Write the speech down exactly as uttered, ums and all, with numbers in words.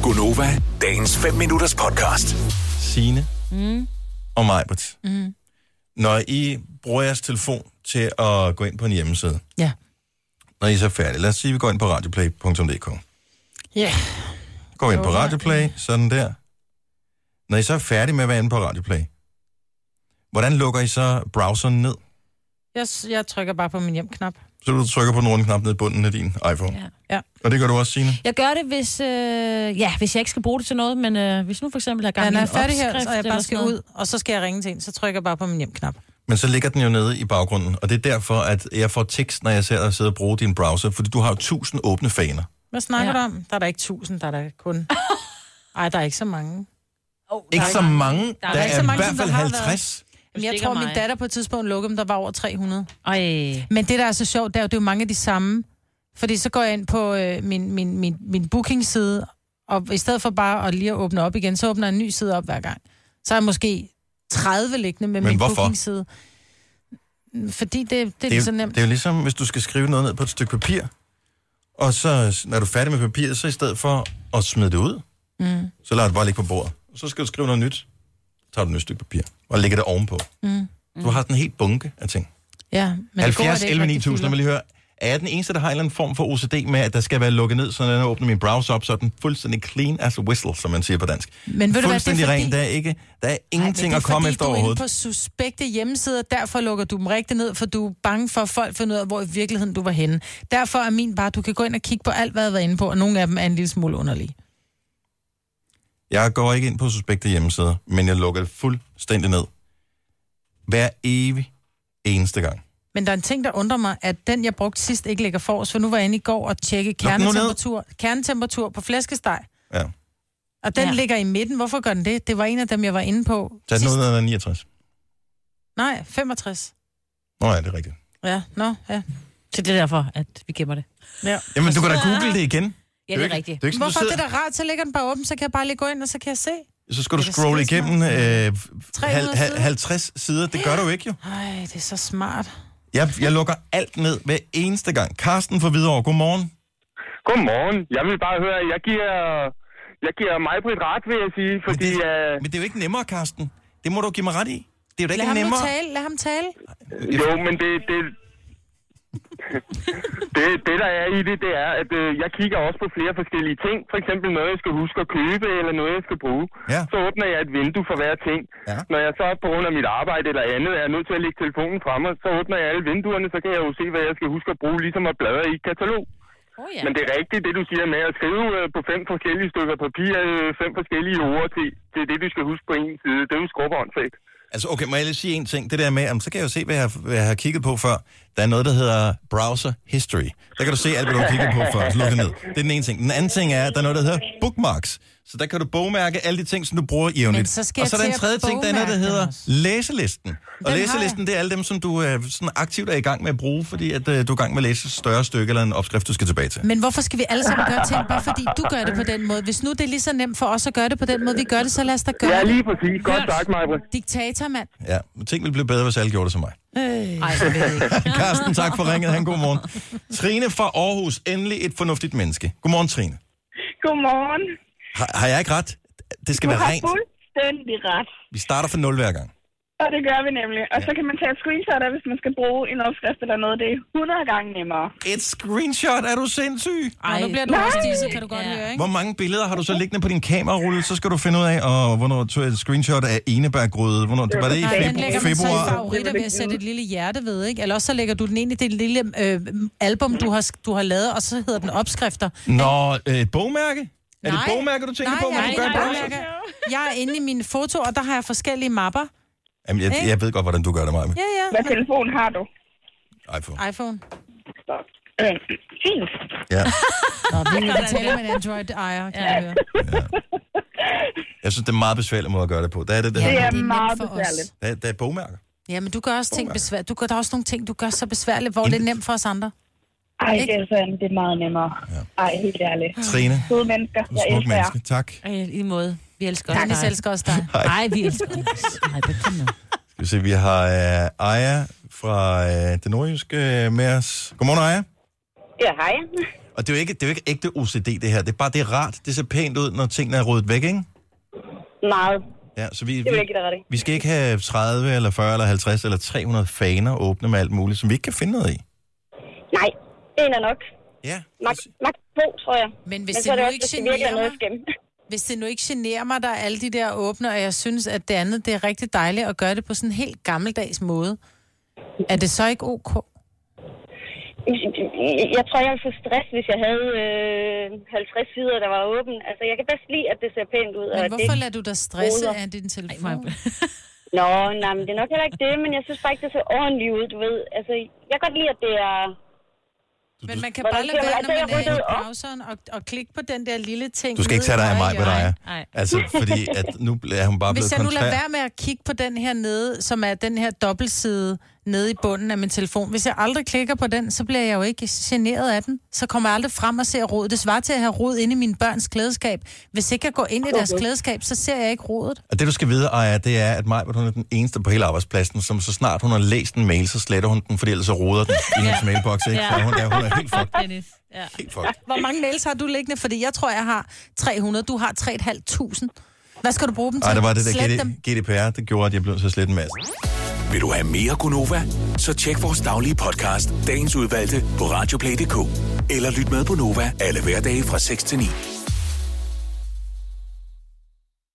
Gonova, dagens fem minutters podcast. Signe Mm. og Majbert. Mm. Når I bruger jeres telefon til at gå ind på en hjemmeside, Ja. når I er så færdige, lad os sige, at vi går ind på radioplay punktum d k. Ja. Gå ind på Jo, ja. Radioplay, sådan der. Når I så er færdige med at være inde på Radioplay, hvordan lukker I så browseren ned? Jeg, jeg trykker bare på min hjem-knap. Så du trykker på den runde knap ned i bunden af din iPhone. Ja. Ja. Og det gør du også, Signe? Jeg gør det, hvis, øh, ja, hvis jeg ikke skal bruge det til noget, men øh, hvis nu for eksempel er gang i Når en jeg er færdig her, opskrift så jeg eller bare sådan skal noget. ud, og så skal jeg ringe til en, så trykker jeg bare på min hjem-knap. Men så ligger den jo nede i baggrunden, og det er derfor, at jeg får tekst, når jeg ser dig sidde og bruge din browser, fordi du har jo tusind åbne faner. Hvad snakker Ja. du om? Der er der ikke tusind, der er der kun... Ej, der er ikke så mange. Oh, Ikke så mange, der, er der ikke er så i mange, hvert som fald der har halvtreds. Jamen, jeg stikker tror, min mig. datter på et tidspunkt lukkede dem, der var over tre hundrede. Ej. Men det, der er så sjovt, det er jo, det er jo mange af de samme. Fordi så går jeg ind på øh, min, min, min, min booking-side, og i stedet for bare at lige at åbne op igen, så åbner jeg en ny side op hver gang. Så er jeg måske tredive liggende med Men min hvorfor? booking-side. Fordi det, det, det Det er er, lige så jo, nemt. det er jo ligesom, hvis du skal skrive noget ned på et stykke papir, og så, når du er færdig med papiret, så i stedet for at smide det ud, Mm. så lader du bare ligge på bordet. Og så skal du skrive noget nyt, så tager du et nyt stykke papir, og lægger det ovenpå. Mm. Du har sådan en helt bunke af ting. Ja, men det halvfjerds går, at det ikke elleve ni rigtig tusind, jeg fylder. vil lige høre, er jeg den eneste, der har en eller anden form for O C D med, at der skal være lukket ned, så når jeg åbner min browser op, så er den fuldstændig clean as a whistle, som man siger på dansk. Men ved du hvad, det er Fuldstændig fordi... ren, der er, ikke, der er Ej, ingenting men at komme det er efter fordi, overhovedet. du er inde på suspekte hjemmesider, derfor lukker du dem rigtig ned, for du er bange for, at folk finder ud af, hvor i virkeligheden du var henne. Derfor er min bare, du kan gå ind og kigge på alt, hvad jeg har været inde på, og nogle af dem er en lille smule underlige. Jeg går ikke ind på suspekte hjemmesider, men jeg lukker det fuldstændig ned. Hver evig eneste gang. Men der er en ting, der undrer mig, at den, jeg brugte sidst, ikke ligger forrest, for nu var jeg inde i går og tjekke Luk den nu ned. kernetemperatur, kernetemperatur på flæskesteg. Ja. Og den Ja. ja. ligger i midten. Hvorfor gør den det? Det var en af dem, jeg var inde på Tag den sidst. ud af niogtres. Nej, femogtres. Nå ja, det er rigtigt. Ja, nå, ja. Så det er derfor, at vi gemmer det. ja. Jamen, du kan da google det igen. Ja, det er ikke, rigtigt. Det er ikke sådan, Hvorfor du er det sidder, der rart? Så ligger den bare åben, så kan jeg bare lige gå ind, og så kan jeg se. så skal du Det er da scrolle skide igennem øh, hal, hundrede hal, sider. halvtreds sider. Det gør du jo ikke, jo. Ej, det er så smart. Jeg, jeg lukker alt ned hver eneste gang. Karsten fra Hvidovre, godmorgen. Godmorgen. Jeg vil bare høre, jeg giver, jeg giver mig på et ret, vil jeg sige, Men fordi... det, øh, men det er jo ikke nemmere, Karsten. Det må du give mig ret i. Det er jo da Lad ikke ham nu nemmere. tale, lad ham tale. jo, men det... det det, det, der er i det, det er, at øh, jeg kigger også på flere forskellige ting. For eksempel noget, jeg skal huske at købe, eller noget, jeg skal bruge. Ja. Så åbner jeg et vindue for hver ting. Ja. Når jeg så på grund af mit arbejde eller andet er nødt til at lægge telefonen frem, så åbner jeg alle vinduerne, så kan jeg jo se, hvad jeg skal huske at bruge, ligesom at bladre i et katalog. Oh, ja. Men det er rigtigt, det du siger med at skrive øh, på fem forskellige stykker papir, øh, fem forskellige ord til, til det, du skal huske på en side. Det er jo skrubåndsagt. Altså, okay, må jeg lige sige en ting? Det der med, jamen, så kan jeg jo se, hvad jeg, hvad jeg har kigget på før. Der er noget, der hedder browser history. Der kan du se alt, hvad du har kigget på før, så luk det ned. Det er den ene ting. Den anden ting er, at der er noget, der hedder bookmarks. Så der kan du bogmærke alle de ting, som du bruger jævnligt. Men så skal og så er jeg der en til at tredje ting, der er noget, der bogmærke hedder dem også. læselisten. Og Den læselisten, det er alle dem, som du øh, sådan aktivt er i gang med at bruge, fordi at, øh, du er i gang med at læse et større stykke eller en opskrift, du skal tilbage til. Men hvorfor skal vi alle sammen gøre ting, bare fordi du gør det på den måde? Hvis nu det er lige så nemt for os at gøre det på den måde, vi gør det, så lad os da gøre Ja, det. lige præcis. Godt sagt, Majbra. Diktator, mand. Ja, men ting vil blive bedre, hvis alle gjorde det som mig. Øh. Ej, det ved jeg ikke. Karsten, tak for ringet. Han god morgen. Trine fra Aarhus, endelig et fornuftigt menneske. Godmorgen, Trine. Godmorgen. Har, har jeg ikke ret? Det skal Du være har rent. fuldstændig ret. Vi starter fra nul hver gang. Og det gør vi nemlig. Og så kan man tage et screenshot af, hvis man skal bruge en opskrift eller noget. Det er hundrede gange nemmere. Et screenshot? Er du sindssyg? Ej, nu bliver du Nej. også disse, kan du godt Ja. høre, ikke? Hvor mange billeder har du så liggende på din kamerarulle? Så skal du finde ud af, og hvornår tog jeg et screenshot af enebærgrøde. Hvornår, det var det i Nej, den februar? lægger man så i februar? favoritter ved at sætte et lille hjerte ved, ikke? Eller også så lægger du den ind i det lille øh, album, du har, du har lavet, og så hedder den opskrifter. Nå, øh, et bogmærke? Er det Nej. et bogmærke, du tænker Nej, på, når jeg du er gør ikke det? bogmærke. Jeg er inde i mine foto, og der har jeg forskellige mapper. Jamen, jeg, jeg ved godt, hvordan du gør det, Maja. Ja, ja. Hvad telefon har du? iPhone. iPhone. Øh, fint. Ja. Nå, vi kan tale med en Android-ejer, kan jeg høre. Jeg synes, det er en meget besværlig måde at gøre det på. Der er det, der, Det ja. er nemt meget for os. besværligt. der, der er bogmærker. Ja, men du gør også ting besværligt. Du gør, der er også nogle ting, du gør så besværligt, hvor det er nemt for os andre. Ej, det er sådan, det er meget nemmere. Ej, helt ærligt. Trine, Gode mennesker, du er jeg smuk elsker jer. menneske. Tak. Ej, i måde. Vi elsker også Dennis dig. elsker også dig. Nej, vi elsker os. Nej, men kom nu. Skal vi se, vi har uh, Aya fra uh, det nordjyske uh, med os. Godmorgen, Aya. Ja, hej. Og det er, jo ikke, det er jo ikke ægte O C D, det her. Det er bare, det er rart. Det ser pænt ud, når tingene er ryddet væk, ikke? Meget. Ja, så vi, Det vil vi, jeg give dig ret i. vi skal ikke have tredive, eller fyrre, eller halvtreds, eller tre hundrede faner åbne med alt muligt, som vi ikke kan finde noget i. Nej, en er nok. Ja. Max, max to, tror jeg. Men hvis Men det så er det nu også, ikke hvis det virkelig er generer noget mig, skæmme. hvis det nu ikke generer mig, der er alle de der åbner, og jeg synes, at det andet, det er rigtig dejligt at gøre det på sådan en helt gammeldags måde, er det så ikke ok? Jeg tror, jeg ville få stress, hvis jeg havde øh, halvtreds sider, der var åben. Altså, jeg kan bedst lide, at det ser pænt ud. Men og hvorfor det... lader du dig stresse af din telefon? Nå, nej, men det er nok heller ikke det, men jeg synes bare ikke, det ser ordentligt ud, du ved. Altså, jeg kan godt lide, at det er... Men man kan Hvordan bare lade siger man, være, når altså, man jeg er i ryddede op. browseren, og, og klikke på den der lille ting. Du skal ikke tage dig af mig, hvad der er. Nej. Altså, fordi at nu er hun bare blevet Hvis jeg nu lader kontrær. være med at kigge på den her nede, som er den her dobbeltside nede i bunden af min telefon. Hvis jeg aldrig klikker på den, så bliver jeg jo ikke generet af den. Så kommer jeg aldrig frem og ser rod. Det svarer til at have rod inde i mine børns klædeskab. Hvis ikke jeg går ind i deres klædeskab, så ser jeg ikke rodet. Og det, du skal vide, Aya, det er, at Maj, hun er den eneste på hele arbejdspladsen, som så snart hun har læst en mail, så sletter hun den, fordi ellers så roder den i hendes mailbox, ikke? Ja. Så hun er, hun er helt fucked. Dennis. Ja. Helt fucked. Hvor mange mails har du liggende? Fordi jeg tror, jeg har tre hundrede. Du har tre tusind fem hundrede. Hvad skal du bruge dem til? Ej, det var det Slet der dem. G D P R, det gjorde, at jeg blev nødt til at slette en masse. Vil du have mere Gunova? Så tjek vores daglige podcast, dagens udvalgte, på radioplay punktum d k. Eller lyt med på Nova alle hverdage fra seks til ni.